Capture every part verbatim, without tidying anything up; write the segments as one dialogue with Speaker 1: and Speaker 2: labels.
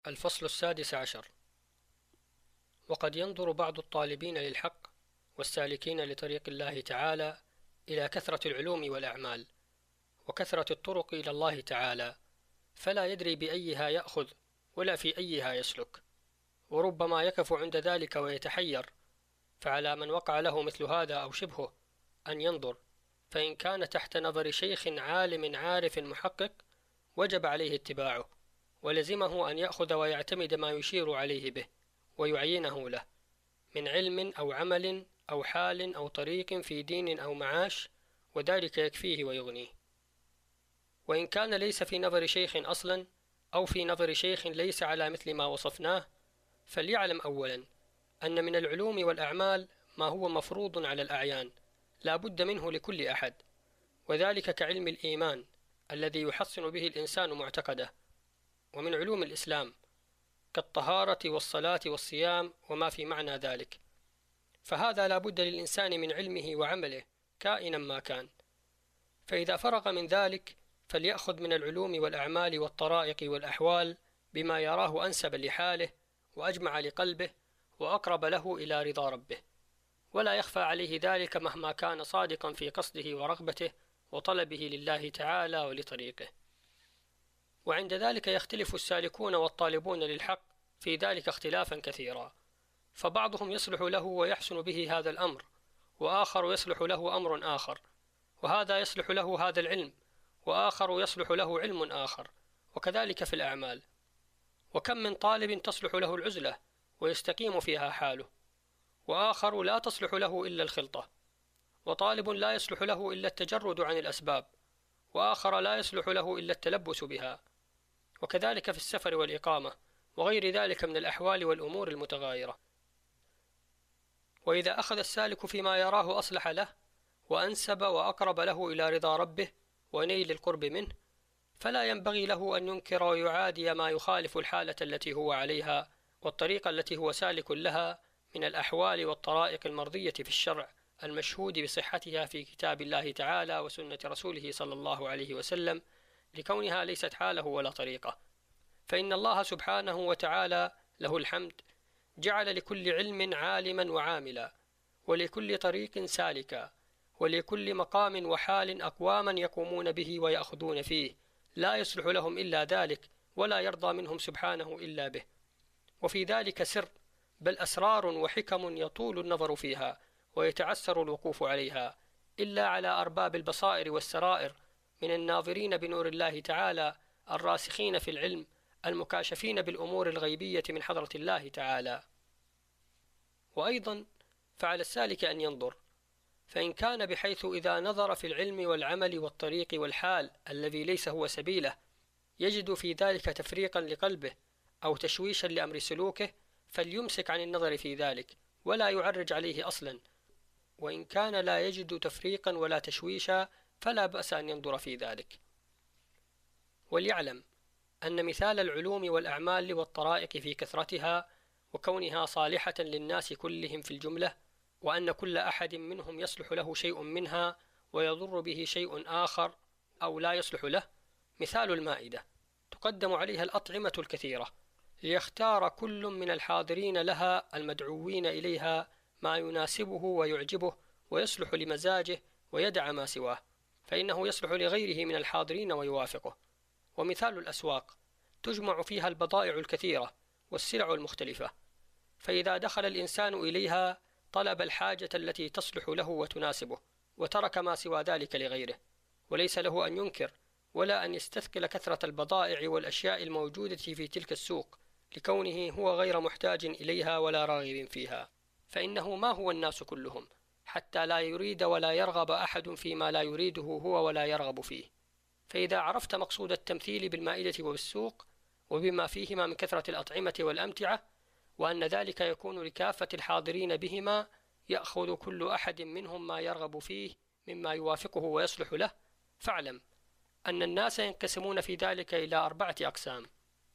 Speaker 1: الفصل السادس عشر. وقد ينظر بعض الطالبين للحق والسالكين لطريق الله تعالى إلى كثرة العلوم والأعمال وكثرة الطرق إلى الله تعالى، فلا يدري بأيها يأخذ ولا في أيها يسلك، وربما يقف عند ذلك ويتحير. فعلى من وقع له مثل هذا أو شبهه أن ينظر، فإن كان تحت نظر شيخ عالم عارف محقق وجب عليه اتباعه، ولزمه أن يأخذ ويعتمد ما يشير عليه به ويعينه له من علم أو عمل أو حال أو طريق في دين أو معاش، وذلك يكفيه ويغنيه. وإن كان ليس في نظر شيخ أصلا أو في نظر شيخ ليس على مثل ما وصفناه، فليعلم أولا أن من العلوم والأعمال ما هو مفروض على الأعيان لا بد منه لكل أحد، وذلك كعلم الإيمان الذي يحصن به الإنسان معتقده، ومن علوم الإسلام كالطهارة والصلاة والصيام وما في معنى ذلك، فهذا لا بد للإنسان من علمه وعمله كائنا ما كان. فإذا فرغ من ذلك فليأخذ من العلوم والأعمال والطرائق والأحوال بما يراه أنسب لحاله وأجمع لقلبه وأقرب له إلى رضا ربه، ولا يخفى عليه ذلك مهما كان صادقا في قصده ورغبته وطلبه لله تعالى ولطريقه. وعند ذلك يختلف السالكون والطالبون للحق في ذلك اختلافا كثيرا، فبعضهم يصلح له ويحسن به هذا الأمر، وآخر يصلح له أمر آخر، وهذا يصلح له هذا العلم، وآخر يصلح له علم آخر، وكذلك في الأعمال. وكم من طالب تصلح له العزلة ويستقيم فيها حاله، وآخر لا تصلح له إلا الخلطة، وطالب لا يصلح له إلا التجرد عن الأسباب، وآخر لا يصلح له إلا التلبس بها، وكذلك في السفر والإقامة وغير ذلك من الأحوال والأمور المتغايرة. وإذا أخذ السالك فيما يراه أصلح له وأنسب وأقرب له إلى رضا ربه ونيل القرب منه، فلا ينبغي له أن ينكر ويعادي ما يخالف الحالة التي هو عليها والطريقة التي هو سالك لها من الأحوال والطرائق المرضية في الشرع المشهود بصحتها في كتاب الله تعالى وسنة رسوله صلى الله عليه وسلم، لكونها ليست حاله ولا طريقة. فإن الله سبحانه وتعالى له الحمد جعل لكل علم عالما وعاملا، ولكل طريق سالكا، ولكل مقام وحال أقواما يقومون به ويأخذون فيه لا يصلح لهم إلا ذلك ولا يرضى منهم سبحانه إلا به. وفي ذلك سر، بل أسرار وحكم يطول النظر فيها ويتعسر الوقوف عليها إلا على أرباب البصائر والسرائر من الناظرين بنور الله تعالى الراسخين في العلم المكاشفين بالأمور الغيبية من حضرة الله تعالى. وأيضا فعلى السالك أن ينظر، فإن كان بحيث إذا نظر في العلم والعمل والطريق والحال الذي ليس هو سبيله يجد في ذلك تفريقا لقلبه أو تشويشا لأمر سلوكه، فليمسك عن النظر في ذلك ولا يعرج عليه أصلا. وإن كان لا يجد تفريقا ولا تشويشا فلا بأس أن ينظر في ذلك. وليعلم أن مثال العلوم والأعمال والطرائق في كثرتها وكونها صالحة للناس كلهم في الجملة، وأن كل أحد منهم يصلح له شيء منها ويضر به شيء آخر أو لا يصلح له، مثال المائدة تقدم عليها الأطعمة الكثيرة ليختار كل من الحاضرين لها المدعوين إليها ما يناسبه ويعجبه ويصلح لمزاجه ويدع ما سواه، فإنه يصلح لغيره من الحاضرين ويوافقه. ومثال الأسواق تجمع فيها البضائع الكثيرة والسلع المختلفة، فإذا دخل الإنسان إليها طلب الحاجة التي تصلح له وتناسبه وترك ما سوى ذلك لغيره، وليس له أن ينكر ولا أن يستثقل كثرة البضائع والأشياء الموجودة في تلك السوق لكونه هو غير محتاج إليها ولا راغب فيها، فإنه ما هو الناس كلهم حتى لا يريد ولا يرغب أحد فيما لا يريده هو ولا يرغب فيه. فإذا عرفت مقصود التمثيل بالمائدة وبالسوق وبما فيهما من كثرة الأطعمة والأمتعة، وأن ذلك يكون لكافة الحاضرين بهما، يأخذ كل أحد منهم ما يرغب فيه مما يوافقه ويصلح له، فاعلم أن الناس ينقسمون في ذلك إلى أربعة أقسام.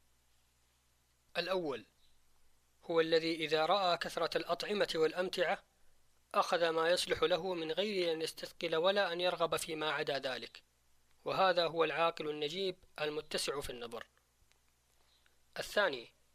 Speaker 1: الأول هو الذي إذا رأى كثرة الأطعمة والأمتعة أخذ ما يصلح له من غير أن يستثقل ولا أن يرغب فيما عدا ذلك، وهذا هو العاقل النجيب المتسع في النظر. الثاني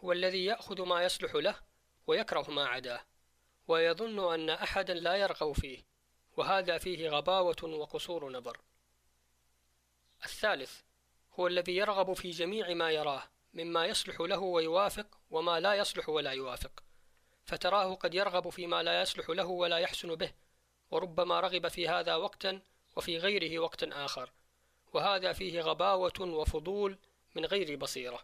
Speaker 1: هو الذي يأخذ ما يصلح له ويكره ما عداه، ويظن أن أحدا لا يرغب فيه، وهذا فيه غباوة وقصور نظر. الثالث هو الذي يرغب في جميع ما يراه مما يصلح له ويوافق، وما لا يصلح ولا يوافق، فتراه قد يرغب فيما لا يصلح له ولا يحسن به، وربما رغب في هذا وقتا وفي غيره وقت آخر، وهذا فيه غباوة وفضول من غير بصيرة.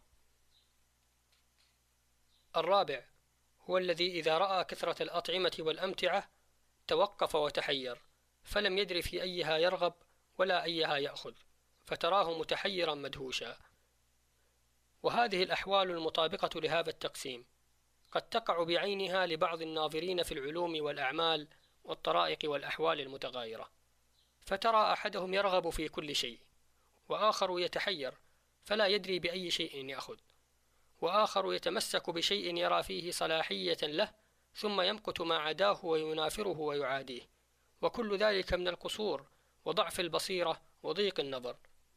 Speaker 1: الرابع هو الذي إذا رأى كثرة الأطعمة والأمتعة توقف وتحير، فلم يدر في أيها يرغب ولا أيها يأخذ، فتراه متحيرا مدهوشا. وهذه الأحوال المطابقة لهذا التقسيم قد تقع بعينها لبعض الناظرين في العلوم والأعمال والطرائق والأحوال المتغايرة، فترى أحدهم يرغب في كل شيء، وآخر يتحير فلا يدري بأي شيء يأخذ، وآخر يتمسك بشيء يرى فيه صلاحية له ثم يمقت ما عداه وينافره ويعاديه، وكل ذلك من القصور وضعف البصيرة وضيق النظر.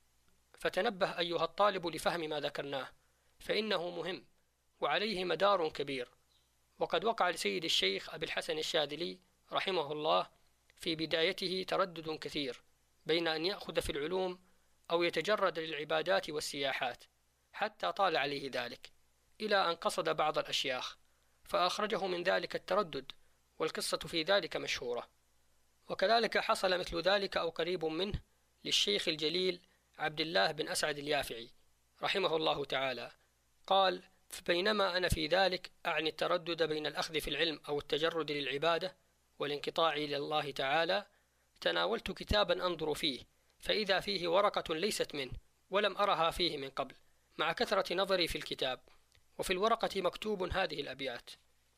Speaker 1: فتنبه أيها الطالب لفهم ما ذكرناه، فإنه مهم وعليه مدار كبير. وقد وقع لسيد الشيخ أبي الحسن الشاذلي رحمه الله في بدايته تردد كثير بين أن يأخذ في العلوم أو يتجرد للعبادات والسياحات، حتى طال عليه ذلك إلى أن قصد بعض الأشياخ فأخرجه من ذلك التردد، والقصة في ذلك مشهورة. وكذلك حصل مثل ذلك أو قريب منه للشيخ الجليل عبد الله بن أسعد اليافعي رحمه الله تعالى، قال: فبينما أنا في ذلك، أعني التردد بين الأخذ في العلم أو التجرد للعبادة والانقطاع إلى الله تعالى، تناولت كتابا أنظر فيه، فإذا فيه ورقة ليست منه ولم أرها فيه من قبل، مع كثرة نظري في الكتاب، وفي الورقة مكتوب هذه الأبيات: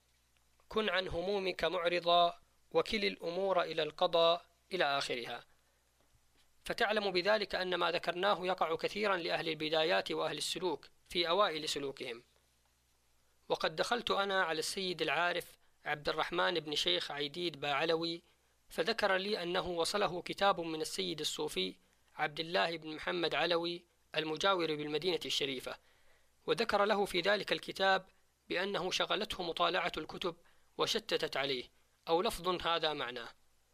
Speaker 1: كن عن همومك معرضا، وكل الأمور إلى القضاء، إلى آخرها. فتعلم بذلك أن ما ذكرناه يقع كثيرا لأهل البدايات وأهل السلوك في أوائل سلوكهم. وقد دخلت أنا على السيد العارف عبد الرحمن بن شيخ عيديد باعلوي، فذكر لي أنه وصله كتاب من السيد الصوفي عبد الله بن محمد علوي المجاور بالمدينة الشريفة، وذكر له في ذلك الكتاب بأنه شغلته مطالعة الكتب وشتتت عليه، أو لفظ هذا معناه.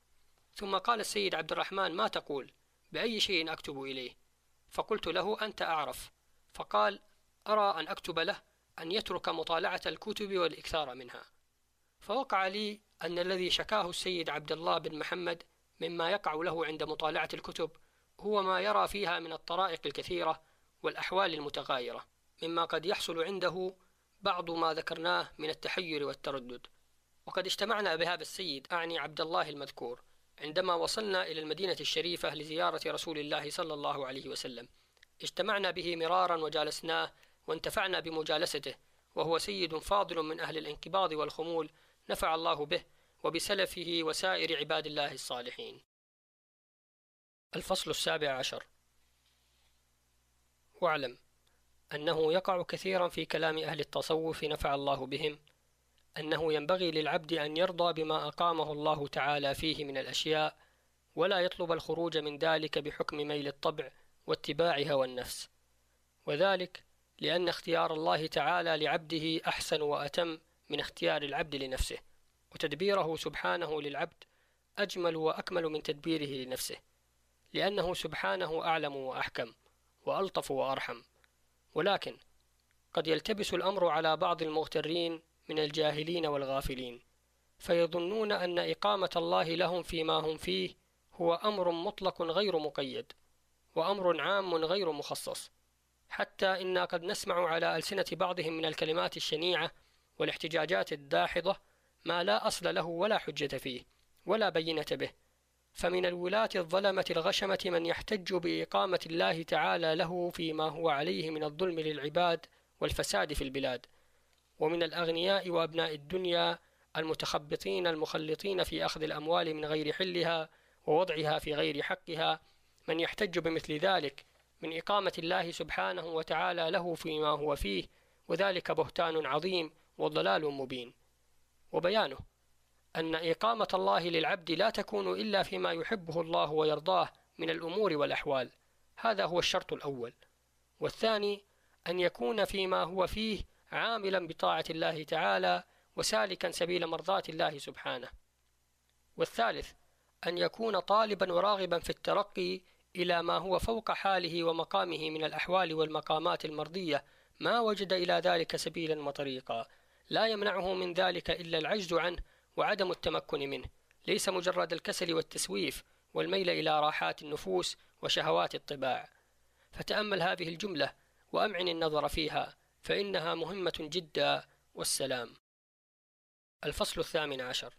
Speaker 1: ثم قال السيد عبد الرحمن: ما تقول؟ بأي شيء أكتب إليه؟ فقلت له: أنت أعرف. فقال: أرى أن أكتب له أن يترك مطالعة الكتب والإكثار منها. فوقع لي أن الذي شكاه السيد عبد الله بن محمد مما يقع له عند مطالعة الكتب هو ما يرى فيها من الطرائق الكثيرة والأحوال المتغايرة، مما قد يحصل عنده بعض ما ذكرناه من التحير والتردد. وقد اجتمعنا بهذا السيد، أعني عبد الله المذكور، عندما وصلنا إلى المدينة الشريفة لزيارة رسول الله صلى الله عليه وسلم. اجتمعنا به مرارا وجالسناه وانتفعنا بمجالسته، وهو سيد فاضل من أهل الانقباض والخمول، نفع الله به وبسلفه وسائر عباد الله الصالحين. الفصل السابع عشر. واعلم أنه يقع كثيرا في كلام أهل التصوف نفع الله بهم أنه ينبغي للعبد أن يرضى بما أقامه الله تعالى فيه من الأشياء، ولا يطلب الخروج من ذلك بحكم ميل الطبع واتباع هوى النفس، وذلك لأن اختيار الله تعالى لعبده أحسن وأتم من اختيار العبد لنفسه، وتدبيره سبحانه للعبد أجمل وأكمل من تدبيره لنفسه، لأنه سبحانه أعلم وأحكم وألطف وأرحم. ولكن قد يلتبس الأمر على بعض المغترين من الجاهلين والغافلين، فيظنون أن إقامة الله لهم فيما هم فيه هو أمر مطلق غير مقيد، وأمر عام غير مخصص، حتى إنا قد نسمع على ألسنة بعضهم من الكلمات الشنيعة والاحتجاجات الداحضة ما لا أصل له ولا حجة فيه ولا بينة به. فمن الولاة الظلمة الغشمة من يحتج بإقامة الله تعالى له فيما هو عليه من الظلم للعباد والفساد في البلاد، ومن الأغنياء وأبناء الدنيا المتخبطين المخلطين في أخذ الأموال من غير حلها ووضعها في غير حقها من يحتج بمثل ذلك من إقامة الله سبحانه وتعالى له فيما هو فيه، وذلك بهتان عظيم وضلال مبين. وبيانه أن إقامة الله للعبد لا تكون إلا فيما يحبه الله ويرضاه من الأمور والأحوال، هذا هو الشرط الأول. والثاني أن يكون فيما هو فيه عاملا بطاعة الله تعالى وسالكا سبيل مرضاة الله سبحانه. والثالث أن يكون طالبا وراغبا في الترقي إلى ما هو فوق حاله ومقامه من الأحوال والمقامات المرضية ما وجد إلى ذلك سبيلا وطريقا، لا يمنعه من ذلك إلا العجز عنه وعدم التمكن منه، ليس مجرد الكسل والتسويف والميل إلى راحات النفوس وشهوات الطباع. فتأمل هذه الجملة وأمعن النظر فيها فإنها مهمة جدا. والسلام. الفصل الثامن عشر.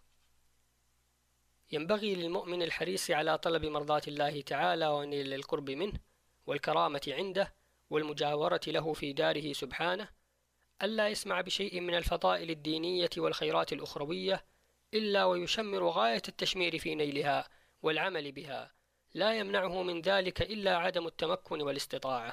Speaker 1: ينبغي للمؤمن الحريص على طلب مرضاة الله تعالى ونيل القرب منه والكرامة عنده والمجاورة له في داره سبحانه ألا يسمع بشيء من الفضائل الدينية والخيرات الأخروية إلا ويشمر غاية التشمير في نيلها والعمل بها، لا يمنعه من ذلك إلا عدم التمكن والاستطاعة.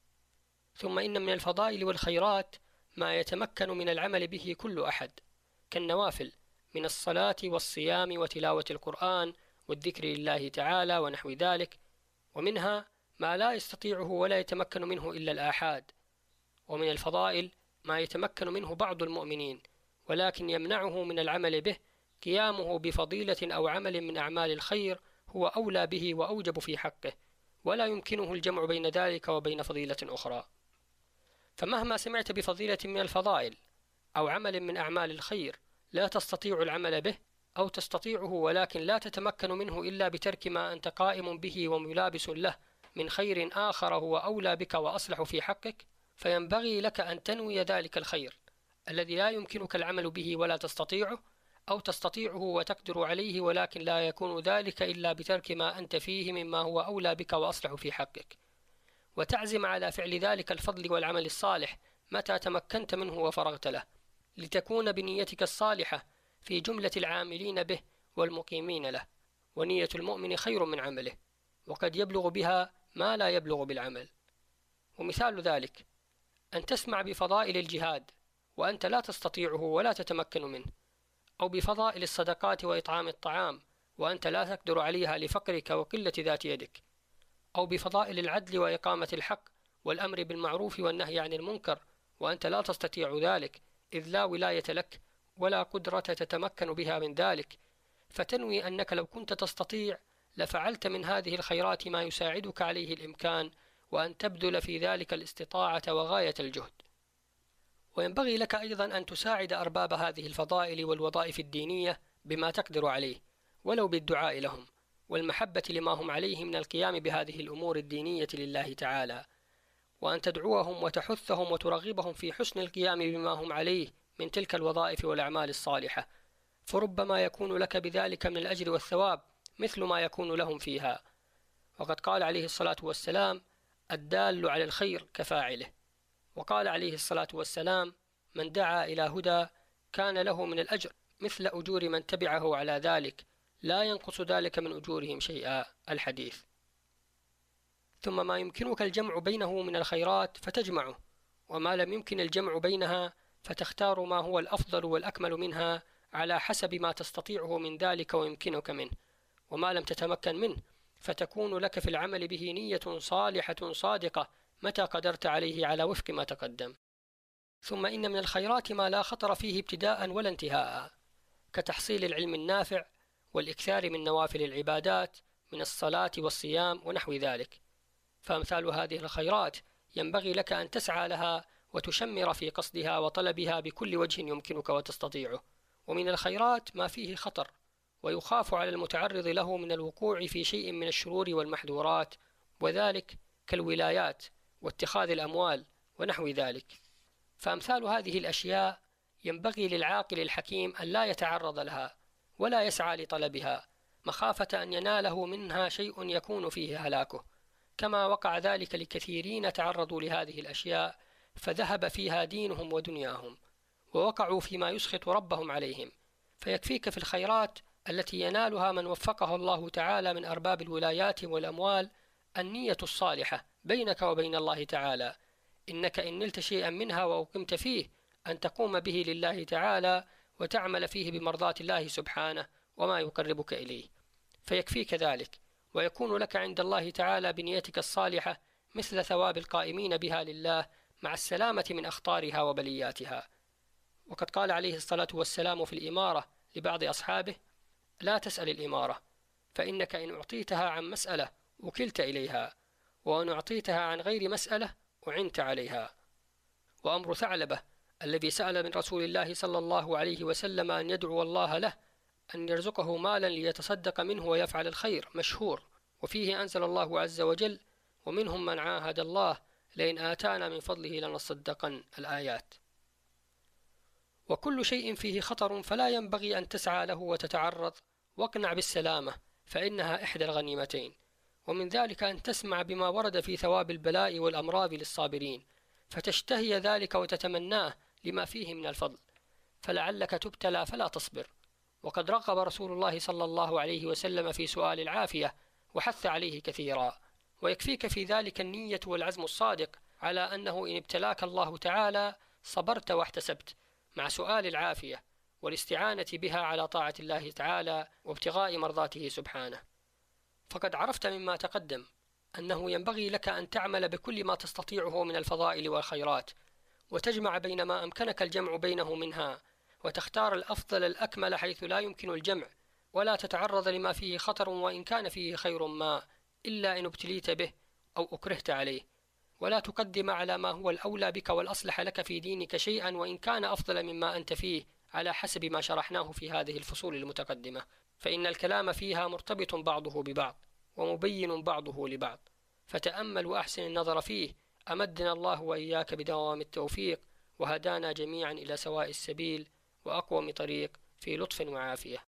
Speaker 1: ثم إن من الفضائل والخيرات ما يتمكن من العمل به كل أحد، كالنوافل من الصلاة والصيام وتلاوة القرآن والذكر لله تعالى ونحو ذلك، ومنها ما لا يستطيعه ولا يتمكن منه إلا الآحاد. ومن الفضائل ما يتمكن منه بعض المؤمنين ولكن يمنعه من العمل به قيامه بفضيلة أو عمل من أعمال الخير هو أولى به وأوجب في حقه، ولا يمكنه الجمع بين ذلك وبين فضيلة أخرى. فمهما سمعت بفضيلة من الفضائل أو عمل من أعمال الخير لا تستطيع العمل به، أو تستطيعه ولكن لا تتمكن منه إلا بترك ما أنت قائم به وملابس له من خير آخر هو أولى بك وأصلح في حقك، فينبغي لك أن تنوي ذلك الخير الذي لا يمكنك العمل به ولا تستطيعه، أو تستطيعه وتقدر عليه ولكن لا يكون ذلك إلا بترك ما أنت فيه مما هو أولى بك وأصلح في حقك، وتعزم على فعل ذلك الفضل والعمل الصالح متى تمكنت منه وفرغت له، لتكون بنيتك الصالحة في جملة العاملين به والمقيمين له. ونية المؤمن خير من عمله، وقد يبلغ بها ما لا يبلغ بالعمل. ومثال ذلك أن تسمع بفضائل الجهاد وأنت لا تستطيعه ولا تتمكن منه، أو بفضائل الصدقات وإطعام الطعام وأنت لا تقدر عليها لفقرك وقلة ذات يدك، أو بفضائل العدل وإقامة الحق والأمر بالمعروف والنهي عن المنكر وأنت لا تستطيع ذلك إذ لا ولاية لك ولا قدرة تتمكن بها من ذلك، فتنوي أنك لو كنت تستطيع لفعلت من هذه الخيرات ما يساعدك عليه الإمكان، وأن تبذل في ذلك الاستطاعة وغاية الجهد. وينبغي لك أيضا أن تساعد أرباب هذه الفضائل والوظائف الدينية بما تقدر عليه، ولو بالدعاء لهم والمحبة لما هم عليه من القيام بهذه الأمور الدينية لله تعالى، وأن تدعوهم وتحثهم وترغبهم في حسن القيام بما هم عليه من تلك الوظائف والأعمال الصالحة، فربما يكون لك بذلك من الأجر والثواب مثل ما يكون لهم فيها. وقد قال عليه الصلاة والسلام: الدال على الخير كفاعله. وقال عليه الصلاة والسلام: من دعا إلى هدى كان له من الأجر مثل أجور من تبعه على ذلك لا ينقص ذلك من أجورهم شيئا. الحديث. ثم ما يمكنك الجمع بينه من الخيرات فتجمعه، وما لم يمكن الجمع بينها فتختار ما هو الأفضل والأكمل منها على حسب ما تستطيعه من ذلك ويمكنك منه، وما لم تتمكن منه فتكون لك في العمل به نية صالحة صادقة متى قدرت عليه على وفق ما تقدم. ثم إن من الخيرات ما لا خطر فيه ابتداء ولا انتهاء، كتحصيل العلم النافع والإكثار من نوافل العبادات من الصلاة والصيام ونحو ذلك. فأمثال هذه الخيرات ينبغي لك أن تسعى لها وتشمر في قصدها وطلبها بكل وجه يمكنك وتستطيعه. ومن الخيرات ما فيه خطر ويخاف على المتعرض له من الوقوع في شيء من الشرور والمحذورات، وذلك كالولايات واتخاذ الأموال ونحو ذلك. فأمثال هذه الأشياء ينبغي للعاقل الحكيم أن لا يتعرض لها ولا يسعى لطلبها مخافة أن يناله منها شيء يكون فيه هلاكه، كما وقع ذلك لكثيرين تعرضوا لهذه الأشياء فذهب فيها دينهم ودنياهم ووقعوا فيما يسخط ربهم عليهم. فيكفيك في الخيرات التي ينالها من وفقه الله تعالى من أرباب الولايات والأموال النية الصالحة بينك وبين الله تعالى، إنك إن نلت شيئا منها وأقمت فيه أن تقوم به لله تعالى وتعمل فيه بمرضاة الله سبحانه وما يقربك إليه، فيكفيك ذلك، ويكون لك عند الله تعالى بنيتك الصالحة مثل ثواب القائمين بها لله مع السلامة من أخطارها وبلياتها. وقد قال عليه الصلاة والسلام في الإمارة لبعض أصحابه: لا تسأل الإمارة، فإنك إن أعطيتها عن مسألة وكلت إليها، وإن أعطيتها عن غير مسألة أعنت عليها. وأمر ثعلبة الذي سأل من رسول الله صلى الله عليه وسلم أن يدعو الله له أن يرزقه مالا ليتصدق منه ويفعل الخير مشهور، وفيه أنزل الله عز وجل: ومنهم من عاهد الله لئن آتانا من فضله لنصدقن، الآيات. وكل شيء فيه خطر فلا ينبغي أن تسعى له وتتعرض، واقنع بالسلامة فإنها إحدى الغنيمتين. ومن ذلك أن تسمع بما ورد في ثواب البلاء والأمراض للصابرين، فتشتهي ذلك وتتمناه لما فيه من الفضل، فلعلك تبتلى فلا تصبر. وقد رغب رسول الله صلى الله عليه وسلم في سؤال العافية وحث عليه كثيرا، ويكفيك في ذلك النية والعزم الصادق على أنه إن ابتلاك الله تعالى صبرت واحتسبت مع سؤال العافية والاستعانة بها على طاعة الله تعالى وابتغاء مرضاته سبحانه. فقد عرفت مما تقدم أنه ينبغي لك أن تعمل بكل ما تستطيعه من الفضائل والخيرات، وتجمع بين ما أمكنك الجمع بينه منها، وتختار الأفضل الأكمل حيث لا يمكن الجمع، ولا تتعرض لما فيه خطر وإن كان فيه خير ما إلا إن ابتليت به أو أكرهت عليه، ولا تقدم على ما هو الأولى بك والأصلح لك في دينك شيئا وإن كان أفضل مما أنت فيه، على حسب ما شرحناه في هذه الفصول المتقدمة، فإن الكلام فيها مرتبط بعضه ببعض ومبين بعضه لبعض. فتأمل وأحسن النظر فيه، أمدنا الله وإياك بدوام التوفيق، وهدانا جميعا إلى سواء السبيل وأقوم طريق في لطف وعافية.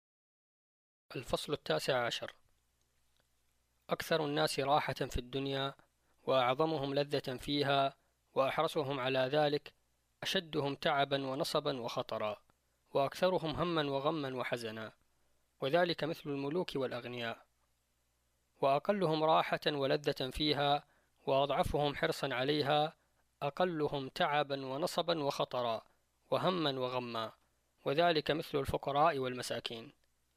Speaker 1: الفصل التاسع عشر: أكثر الناس راحة في الدنيا، وأعظمهم لذة فيها، وأحرصهم على ذلك، أشدهم تعبا ونصبا وخطرا، وأكثرهم هما وغما وحزنا، وذلك مثل الملوك والأغنياء. وأقلهم راحة ولذة فيها، وأضعفهم حرصا عليها، أقلهم تعبا ونصبا وخطرا وهما وغما، وذلك مثل الفقراء والمساكين.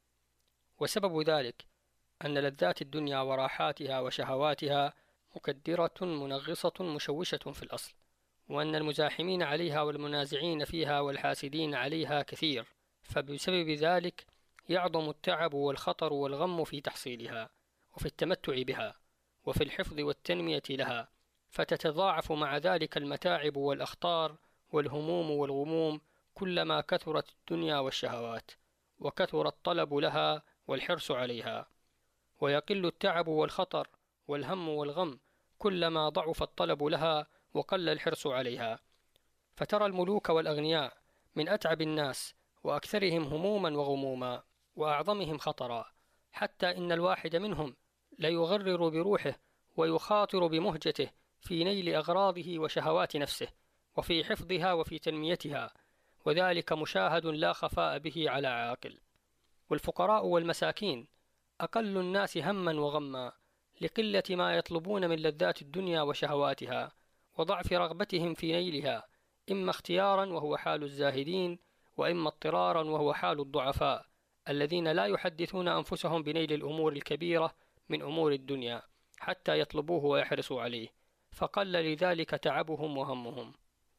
Speaker 1: وسبب ذلك أن لذات الدنيا وراحاتها وشهواتها مكدرة منغصة مشوشة في الأصل، وأن المزاحمين عليها والمنازعين فيها والحاسدين عليها كثير، فبسبب ذلك يعظم التعب والخطر والغم في تحصيلها، وفي التمتع بها، وفي الحفظ والتنمية لها، فتتضاعف مع ذلك المتاعب والأخطار والهموم والغموم كلما كثرت الدنيا والشهوات، وكثر الطلب لها والحرص عليها. ويقل التعب والخطر والهم والغم كلما ضعف الطلب لها وقل الحرص عليها. فترى الملوك والأغنياء من أتعب الناس وأكثرهم هموما وغموما وأعظمهم خطرا، حتى إن الواحد منهم ليغرر بروحه ويخاطر بمهجته في نيل أغراضه وشهوات نفسه، وفي حفظها وفي تنميتها، وذلك مشاهد لا خفاء به على عاقل. والفقراء والمساكين أقل الناس هما وغما، لقلة ما يطلبون من لذات الدنيا وشهواتها، وضعف رغبتهم في نيلها، إما اختيارا وهو حال الزاهدين، وإما اضطرارا وهو حال الضعفاء الذين لا يحدثون أنفسهم بنيل الأمور الكبيرة من أمور الدنيا حتى يطلبوه ويحرصوا عليه، فقل لذلك تعبهم وهمهم.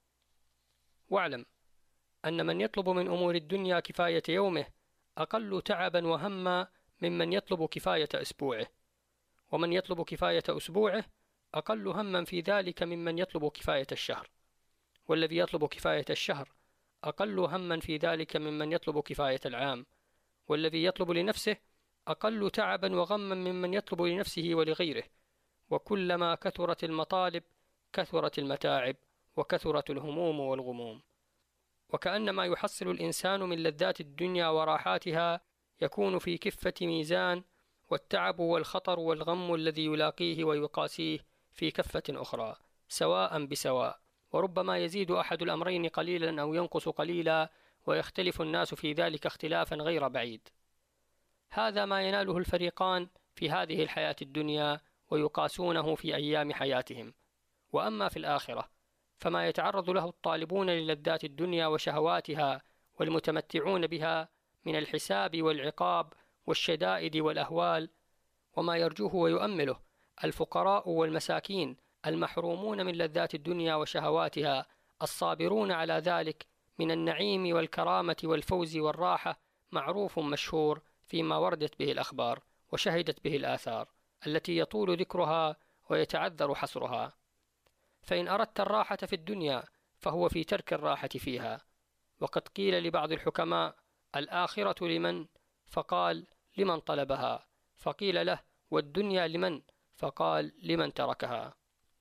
Speaker 1: واعلم أن من يطلب من أمور الدنيا كفاية يومه أقل تعبا وهما ممن يطلب كفاية أسبوعه، ومن يطلب كفاية أسبوعه أقل هما في ذلك ممن يطلب كفاية الشهر، والذي يطلب كفاية الشهر أقل هما في ذلك ممن يطلب كفاية العام، والذي يطلب لنفسه أقل تعبا وغما ممن يطلب لنفسه ولغيره. وكلما كثرت المطالب كثرت المتاعب وكثرت الهموم والغموم. وكأن ما يحصل الإنسان من لذات الدنيا وراحاتها يكون في كفة ميزان، والتعب والخطر والغم الذي يلاقيه ويقاسيه في كفة أخرى سواء بسواء، وربما يزيد أحد الأمرين قليلا أو ينقص قليلا، ويختلف الناس في ذلك اختلافا غير بعيد. هذا ما يناله الفريقان في هذه الحياة الدنيا ويقاسونه في أيام حياتهم. وأما في الآخرة فما يتعرض له الطالبون للذات الدنيا وشهواتها والمتمتعون بها من الحساب والعقاب والشدائد والأهوال، وما يرجوه ويؤمله الفقراء والمساكين المحرومون من لذات الدنيا وشهواتها، الصابرون على ذلك من النعيم والكرامة والفوز والراحة، معروف مشهور فيما وردت به الأخبار وشهدت به الآثار التي يطول ذكرها ويتعذر حصرها. فإن أردت الراحة في الدنيا فهو في ترك الراحة فيها. وقد قيل لبعض الحكماء: الآخرة لمن؟ فقال: لمن طلبها. فقيل له: والدنيا لمن؟ فقال: لمن تركها.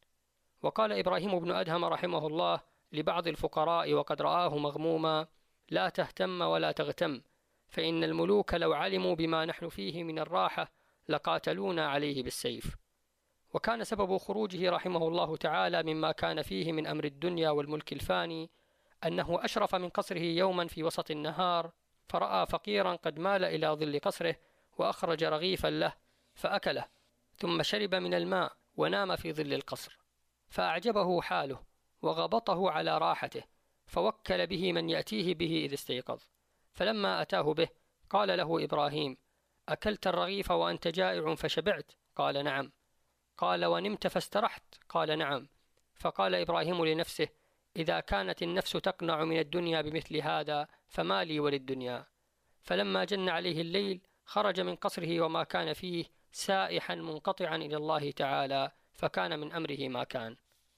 Speaker 1: وقال إبراهيم بن أدهم رحمه الله لبعض الفقراء وقد رآه مغموما: لا تهتم ولا تغتم، فإن الملوك لو علموا بما نحن فيه من الراحة لقاتلونا عليه بالسيف. وكان سبب خروجه رحمه الله تعالى مما كان فيه من أمر الدنيا والملك الفاني أنه أشرف من قصره يوما في وسط النهار، فرأى فقيرا قد مال إلى ظل قصره، وأخرج رغيفا له فأكله، ثم شرب من الماء ونام في ظل القصر، فأعجبه حاله وغبطه على راحته، فوكل به من يأتيه به إذ استيقظ. فلما أتاه به قال له إبراهيم: أكلت الرغيف وأنت جائع فشبعت؟ قال: نعم. قال: ونمت فاسترحت؟ قال: نعم. فقال إبراهيم لنفسه: إذا كانت النفس تقنع من الدنيا بمثل هذا فما لي وللدنيا. فلما جن عليه الليل خرج من قصره وما كان فيه سائحا منقطعا إلى الله تعالى، فكان من أمره ما كان.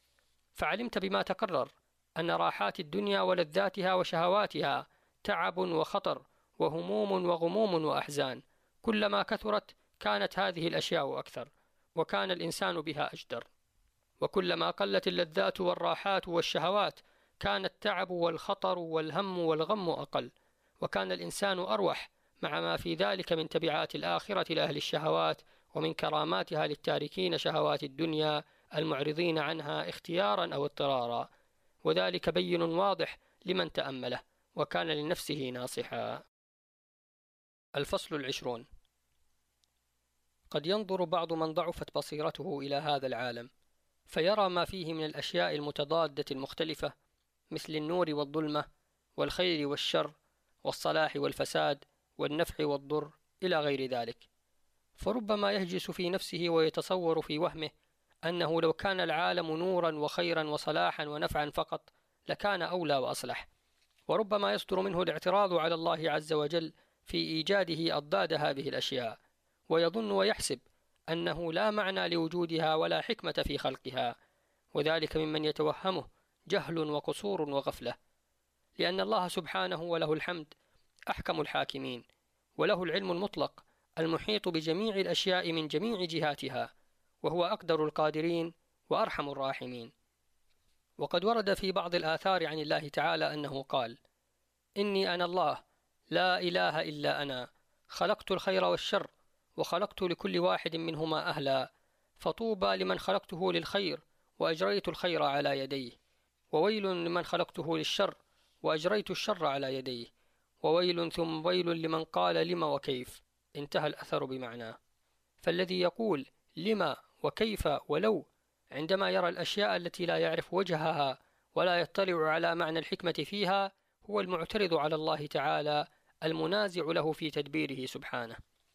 Speaker 1: فعلمت بما تقرر أن راحات الدنيا ولذاتها وشهواتها تعب وخطر وهموم وغموم وأحزان، كلما كثرت كانت هذه الأشياء أكثر، وكان الإنسان بها أجدر. وكلما قلت اللذات والراحات والشهوات كان التعب والخطر والهم والغم أقل، وكان الإنسان أروح، مع ما في ذلك من تبعات الآخرة لأهل الشهوات ومن كراماتها للتاركين شهوات الدنيا المعرضين عنها اختيارا أو اضطرارا، وذلك بين واضح لمن تأمله وكان لنفسه ناصحا. الفصل العشرون. قد ينظر بعض من ضعفت بصيرته إلى هذا العالم فيرى ما فيه من الأشياء المتضادة المختلفة، مثل النور والظلمة والخير والشر والصلاح والفساد والنفع والضر إلى غير ذلك، فربما يهجس في نفسه ويتصور في وهمه أنه لو كان العالم نورا وخيرا وصلاحا ونفعا فقط لكان أولى وأصلح، وربما يصدر منه الاعتراض على الله عز وجل في إيجاده أضداد هذه الأشياء، ويظن ويحسب أنه لا معنى لوجودها ولا حكمة في خلقها، وذلك ممن يتوهمه جهل وقصور وغفلة، لأن الله سبحانه وله الحمد أحكم الحاكمين، وله العلم المطلق المحيط بجميع الأشياء من جميع جهاتها، وهو أقدر القادرين وأرحم الراحمين. وقد ورد في بعض الآثار عن الله تعالى أنه قال: إني أنا الله لا إله إلا أنا، خلقت الخير والشر وخلقت لكل واحد منهما أهلا، فطوبى لمن خلقته للخير وأجريت الخير على يديه، وويل لمن خلقته للشر وأجريت الشر على يديه، وويل ثم ويل لمن قال لما وكيف. انتهى الأثر بمعناه. فالذي يقول لما وكيف ولو عندما يرى الأشياء التي لا يعرف وجهها ولا يطلع على معنى الحكمة فيها هو المعترض على الله تعالى المنازع له في تدبيره سبحانه.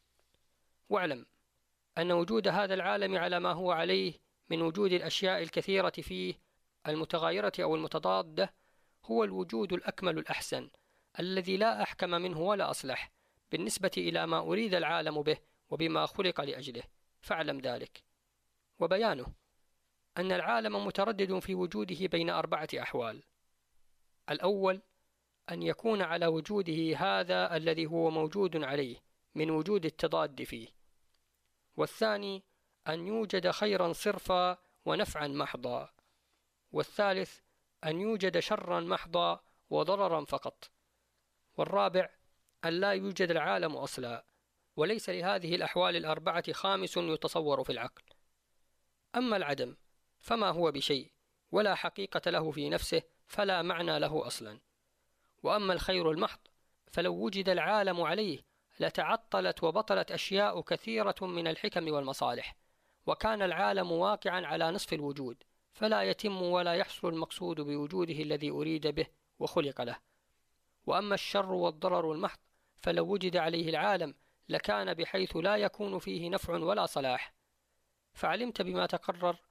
Speaker 1: واعلم أن وجود هذا العالم على ما هو عليه من وجود الأشياء الكثيرة فيه المتغايرة أو المتضادة هو الوجود الأكمل الأحسن الذي لا أحكم منه ولا أصلح بالنسبة إلى ما أريد العالم به وبما خلق لأجله، فاعلم ذلك. وبيانه أن العالم متردد في وجوده بين أربعة أحوال: الأول أن يكون على وجوده هذا الذي هو موجود عليه من وجود التضاد فيه، والثاني أن يوجد خيرا صرفا ونفعا محضا، والثالث أن يوجد شرا محضا وضررا فقط، والرابع أن لا يوجد العالم أصلا، وليس لهذه الأحوال الأربعة خامس يتصور في العقل. أما العدم فما هو بشيء ولا حقيقة له في نفسه، فلا معنى له أصلا. وأما الخير المحض فلو وجد العالم عليه لتعطلت وبطلت أشياء كثيرة من الحكم والمصالح، وكان العالم واقعا على نصف الوجود، فلا يتم ولا يحصل المقصود بوجوده الذي أريد به وخلق له. وأما الشر والضرر المحض فلو وجد عليه العالم لكان بحيث لا يكون فيه نفع ولا صلاح. فعلمت بما تقرر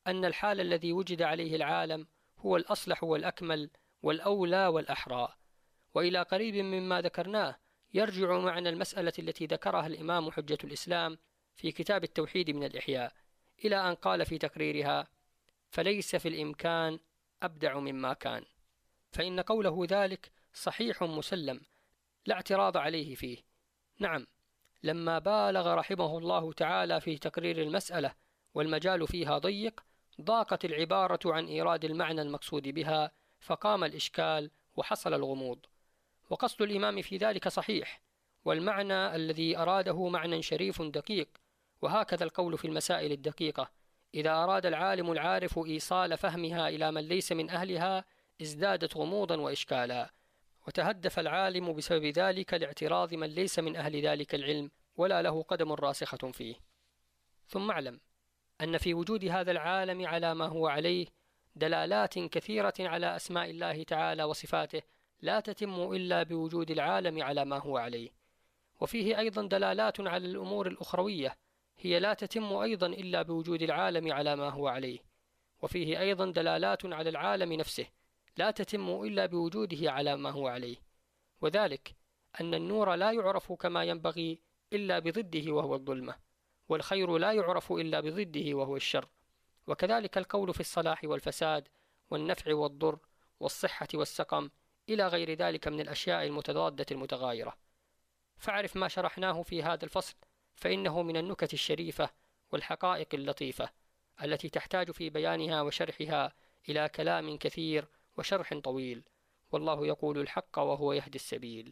Speaker 1: أن الحال الذي وجد عليه العالم هو الأصلح والأكمل والأولى والأحرى. وإلى قريب مما ذكرناه يرجع معنى المسألة التي ذكرها الإمام حجة الإسلام في كتاب التوحيد من الإحياء إلى أن قال في تقريرها: فليس في الإمكان أبدع مما كان. فإن قوله ذلك صحيح مسلم لا اعتراض عليه فيه. نعم، لما بالغ رحمه الله تعالى في تقرير المسألة والمجال فيها ضيق، ضاقت العبارة عن إيراد المعنى المقصود بها، فقام الإشكال وحصل الغموض. وقصد الإمام في ذلك صحيح، والمعنى الذي أراده معنى شريف دقيق. وهكذا القول في المسائل الدقيقة: إذا أراد العالم العارف إيصال فهمها إلى من ليس من أهلها ازدادت غموضا وإشكالا، وتهدف العالم بسبب ذلك لاعتراض من ليس من أهل ذلك العلم ولا له قدم راسخة فيه. ثم اعلم أن في وجود هذا العالم على ما هو عليه دلالات كثيرة على أسماء الله تعالى وصفاته لا تتم إلا بوجود العالم على ما هو عليه، وفيه أيضا دلالات على الأمور الأخروية هي لا تتم أيضا إلا بوجود العالم على ما هو عليه، وفيه أيضا دلالات على العالم نفسه لا تتم إلا بوجوده على ما هو عليه، وذلك أن النور لا يعرف كما ينبغي إلا بضده وهو الظلمة، والخير لا يعرف إلا بضده وهو الشر، وكذلك القول في الصلاح والفساد والنفع والضر والصحة والسقم إلى غير ذلك من الأشياء المتضادة المتغايرة. فاعرف ما شرحناه في هذا الفصل، فإنه من النكت الشريفة والحقائق اللطيفة التي تحتاج في بيانها وشرحها إلى كلام كثير وشرح طويل، والله يقول الحق وهو يهدي السبيل.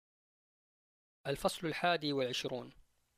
Speaker 1: الفصل الحادي والعشرون: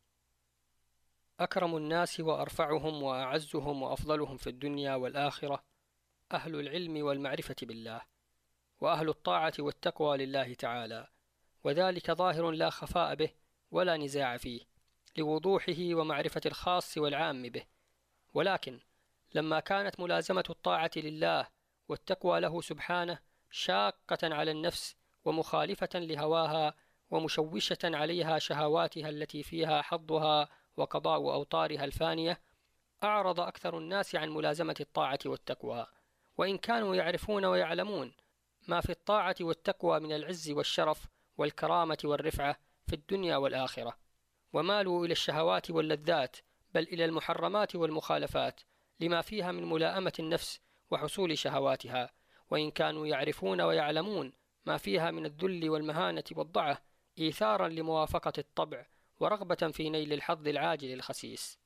Speaker 1: أكرم الناس وأرفعهم وأعزهم وأفضلهم في الدنيا والآخرة أهل العلم والمعرفة بالله، وأهل الطاعة والتقوى لله تعالى، وذلك ظاهر لا خفاء به ولا نزاع فيه، لوضوحه ومعرفة الخاص والعام به. ولكن لما كانت ملازمة الطاعة لله والتقوى له سبحانه شاقة على النفس ومخالفة لهواها ومشوشة عليها شهواتها التي فيها حظها وقضاء أوطارها الفانية، أعرض أكثر الناس عن ملازمة الطاعة والتقوى، وإن كانوا يعرفون ويعلمون ما في الطاعة والتقوى من العز والشرف والكرامة والرفعة في الدنيا والآخرة، ومالوا إلى الشهوات واللذات، بل إلى المحرمات والمخالفات لما فيها من ملائمة النفس وحصول شهواتها، وإن كانوا يعرفون ويعلمون ما فيها من الذل والمهانة والضعة إيثارا لموافقة الطبع ورغبة في نيل الحظ العاجل الخسيس.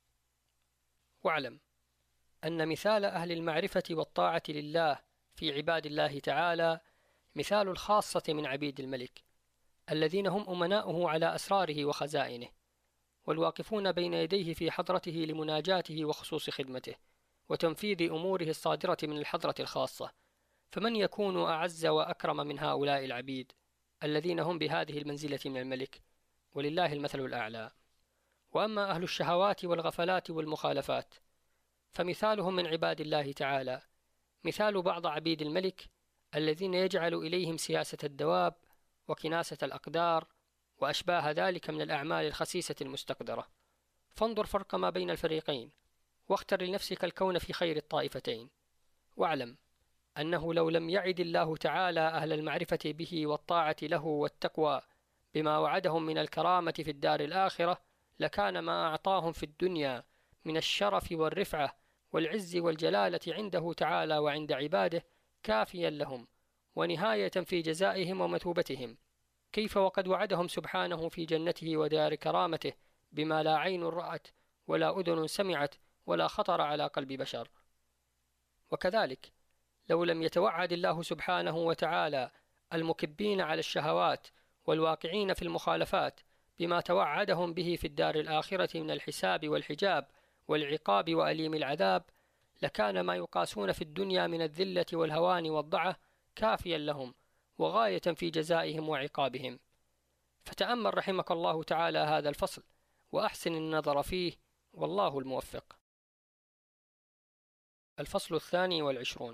Speaker 1: واعلم أن مثال أهل المعرفة والطاعة لله في عباد الله تعالى مثال الخاصة من عبيد الملك الذين هم أمناؤه على أسراره وخزائنه، والواقفون بين يديه في حضرته لمناجاته وخصوص خدمته وتنفيذ أموره الصادرة من الحضرة الخاصة. فمن يكون أعز وأكرم من هؤلاء العبيد الذين هم بهذه المنزلة من الملك، ولله المثل الأعلى. وأما أهل الشهوات والغفلات والمخالفات فمثالهم من عباد الله تعالى مثال بعض عبيد الملك الذين يجعل إليهم سياسة الدواب وكناسة الأقدار وأشباه ذلك من الأعمال الخسيسة المستقدرة. فانظر فرق ما بين الفريقين، واختر لنفسك الكون في خير الطائفتين. واعلم أنه لو لم يعد الله تعالى أهل المعرفة به والطاعة له والتقوى بما وعدهم من الكرامة في الدار الآخرة لكان ما أعطاهم في الدنيا من الشرف والرفعة والعز والجلالة عنده تعالى وعند عباده كافيا لهم ونهاية في جزائهم ومثوبتهم، كيف وقد وعدهم سبحانه في جنته ودار كرامته بما لا عين رأت ولا أذن سمعت ولا خطر على قلب بشر. وكذلك لو لم يتوعد الله سبحانه وتعالى المكبين على الشهوات والواقعين في المخالفات بما توعدهم به في الدار الآخرة من الحساب والحجاب والعقاب وأليم العذاب لكان ما يقاسون في الدنيا من الذلة والهوان والضعة كافيا لهم وغاية في جزائهم وعقابهم. فتأمل رحمك الله تعالى هذا الفصل وأحسن النظر فيه، والله الموفق. الفصل الثاني والعشرون: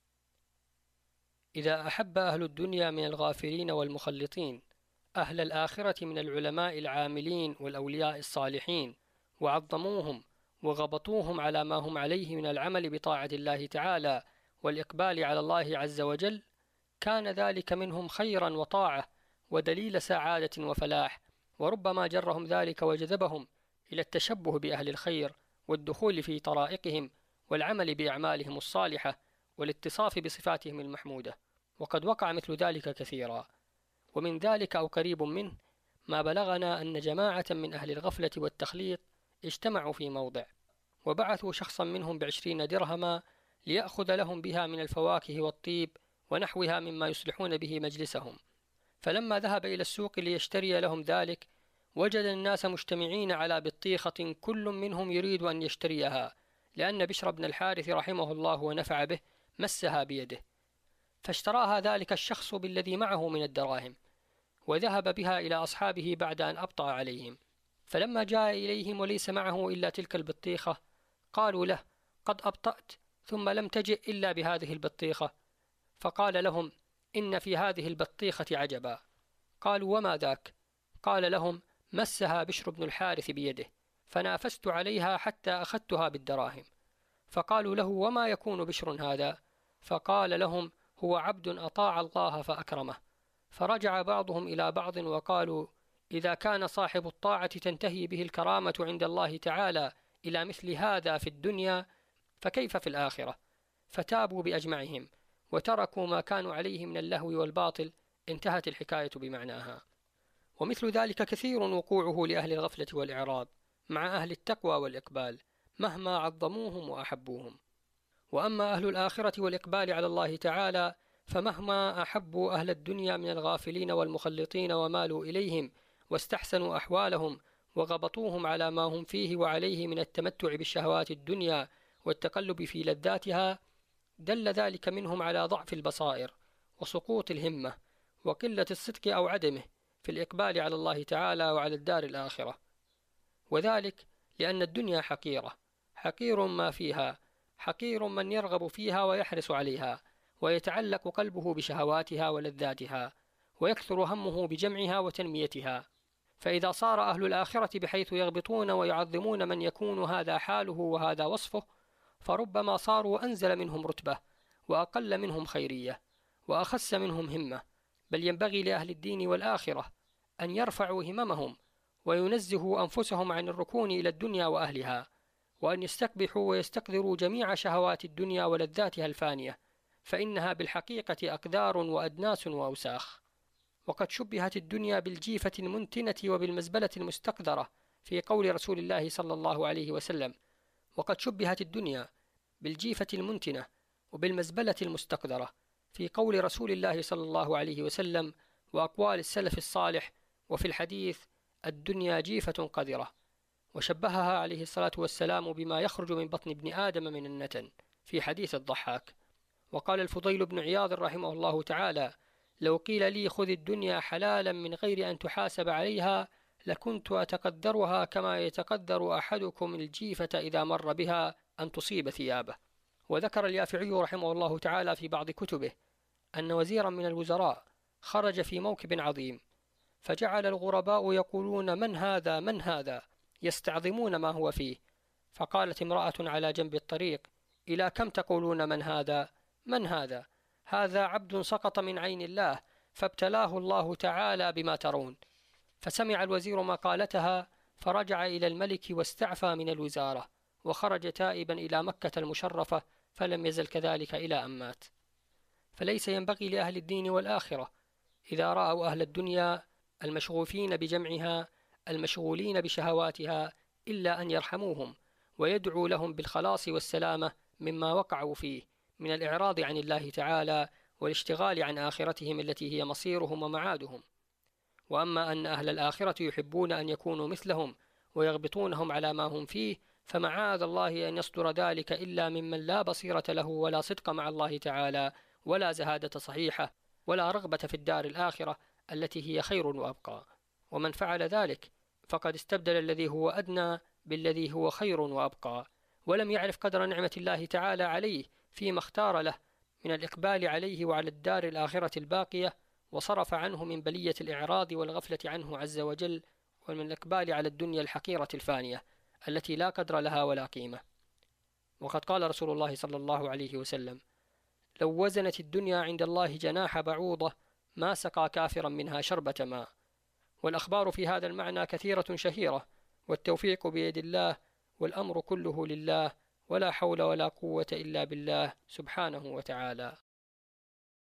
Speaker 1: إذا أحب أهل الدنيا من الغافلين والمخلطين أهل الآخرة من العلماء العاملين والأولياء الصالحين وعظموهم وغبطوهم على ما هم عليه من العمل بطاعة الله تعالى والإقبال على الله عز وجل، كان ذلك منهم خيرا وطاعة ودليل سعادة وفلاح، وربما جرهم ذلك وجذبهم إلى التشبه بأهل الخير والدخول في طرائقهم والعمل بأعمالهم الصالحة والاتصاف بصفاتهم المحمودة. وقد وقع مثل ذلك كثيرا، ومن ذلك أو قريب منه ما بلغنا أن جماعة من أهل الغفلة والتخليط اجتمعوا في موضع، وبعثوا شخصا منهم بعشرين درهما ليأخذ لهم بها من الفواكه والطيب ونحوها مما يصلحون به مجلسهم. فلما ذهب إلى السوق ليشتري لهم ذلك، وجد الناس مجتمعين على بطيخة كل منهم يريد أن يشتريها، لأن بشر بن الحارث رحمه الله ونفع به مسها بيده، فاشتراها ذلك الشخص بالذي معه من الدراهم، وذهب بها إلى أصحابه بعد أن أبطأ عليهم. فلما جاء إليهم وليس معه إلا تلك البطيخة، قالوا له: قد أبطأت ثم لم تجئ إلا بهذه البطيخة. فقال لهم: إن في هذه البطيخة عجبا. قالوا: وما ذاك؟ قال لهم: مسها بشر بن الحارث بيده، فنافست عليها حتى أخذتها بالدراهم. فقالوا له: وما يكون بشر هذا؟ فقال لهم: هو عبد أطاع الله فأكرمه. فرجع بعضهم إلى بعض وقالوا: إذا كان صاحب الطاعة تنتهي به الكرامة عند الله تعالى إلى مثل هذا في الدنيا، فكيف في الآخرة؟ فتابوا بأجمعهم وتركوا ما كانوا عليه من اللهو والباطل. انتهت الحكاية بمعناها. ومثل ذلك كثير وقوعه لأهل الغفلة والإعراض مع أهل التقوى والإقبال مهما عظموهم وأحبوهم. وأما أهل الآخرة والإقبال على الله تعالى فمهما أحبوا أهل الدنيا من الغافلين والمخلطين ومالوا إليهم واستحسنوا أحوالهم وغبطوهم على ما هم فيه وعليه من التمتع بالشهوات الدنيا والتقلب في لذاتها، دل ذلك منهم على ضعف البصائر وسقوط الهمة وقلة الصدق أو عدمه في الإقبال على الله تعالى وعلى الدار الآخرة. وذلك لأن الدنيا حقيرة، حقير ما فيها، حقير من يرغب فيها ويحرص عليها ويتعلق قلبه بشهواتها ولذاتها ويكثر همه بجمعها وتنميتها. فإذا صار أهل الآخرة بحيث يغبطون ويعظمون من يكون هذا حاله وهذا وصفه، فربما صاروا أنزل منهم رتبة وأقل منهم خيرية وأخس منهم همة. بل ينبغي لأهل الدين والآخرة أن يرفعوا هممهم وينزهوا أنفسهم عن الركون إلى الدنيا وأهلها، وأن يستقبحوا ويستقذروا جميع شهوات الدنيا ولذاتها الفانية، فإنها بالحقيقة أقدار وأدناس وأوساخ. وقد شبهت الدنيا بالجيفة المنتنة وبالمزبلة المستقذرة في قول رسول الله صلى الله عليه وسلم: وقد شبهت الدنيا بالجيفة المنتنة وبالمزبلة المستقذرة في قول رسول الله صلى الله عليه وسلم وأقوال السلف الصالح. وفي الحديث: الدنيا جيفة قذرة. وشبهها عليه الصلاة والسلام بما يخرج من بطن ابن آدم من النتن في حديث الضحاك. وقال الفضيل بن عياض رحمه الله تعالى: لو قيل لي خذ الدنيا حلالا من غير أن تحاسب عليها لكنت أتقدرها كما يتقدر أحدكم الجيفة إذا مر بها أن تصيب ثيابه. وذكر اليافعي رحمه الله تعالى في بعض كتبه أن وزيرا من الوزراء خرج في موكب عظيم، فجعل الغرباء يقولون: من هذا من هذا، يستعظمون ما هو فيه. فقالت امرأة على جنب الطريق: إلى كم تقولون من هذا من هذا؟ هذا عبد سقط من عين الله فابتلاه الله تعالى بما ترون. فسمع الوزير مقالتها فرجع إلى الملك واستعفى من الوزارة، وخرج تائبا إلى مكة المشرفة، فلم يزل كذلك إلى أن مات. فليس ينبغي لأهل الدين والآخرة إذا رأوا أهل الدنيا المشغوفين بجمعها المشغولين بشهواتها إلا أن يرحموهم ويدعوا لهم بالخلاص والسلامة مما وقعوا فيه من الإعراض عن الله تعالى والاشتغال عن آخرتهم التي هي مصيرهم ومعادهم. وأما أن أهل الآخرة يحبون أن يكونوا مثلهم ويغبطونهم على ما هم فيه، فمعاذ الله أن يصدر ذلك إلا ممن لا بصيرة له ولا صدق مع الله تعالى ولا زهادة صحيحة ولا رغبة في الدار الآخرة التي هي خير وأبقى. ومن فعل ذلك فقد استبدل الذي هو أدنى بالذي هو خير وأبقى، ولم يعرف قدر نعمة الله تعالى عليه فيما اختار له من الإقبال عليه وعلى الدار الآخرة الباقية، وصرف عنه من بلية الإعراض والغفلة عنه عز وجل، ومن الإقبال على الدنيا الحقيرة الفانية التي لا قدر لها ولا قيمة. وقد قال رسول الله صلى الله عليه وسلم: لو وزنت الدنيا عند الله جناح بعوضة ما سقى كافرا منها شربة ماء. والأخبار في هذا المعنى كثيرة شهيرة، والتوفيق بيد الله، والأمر كله لله، ولا حول ولا قوة إلا بالله سبحانه وتعالى.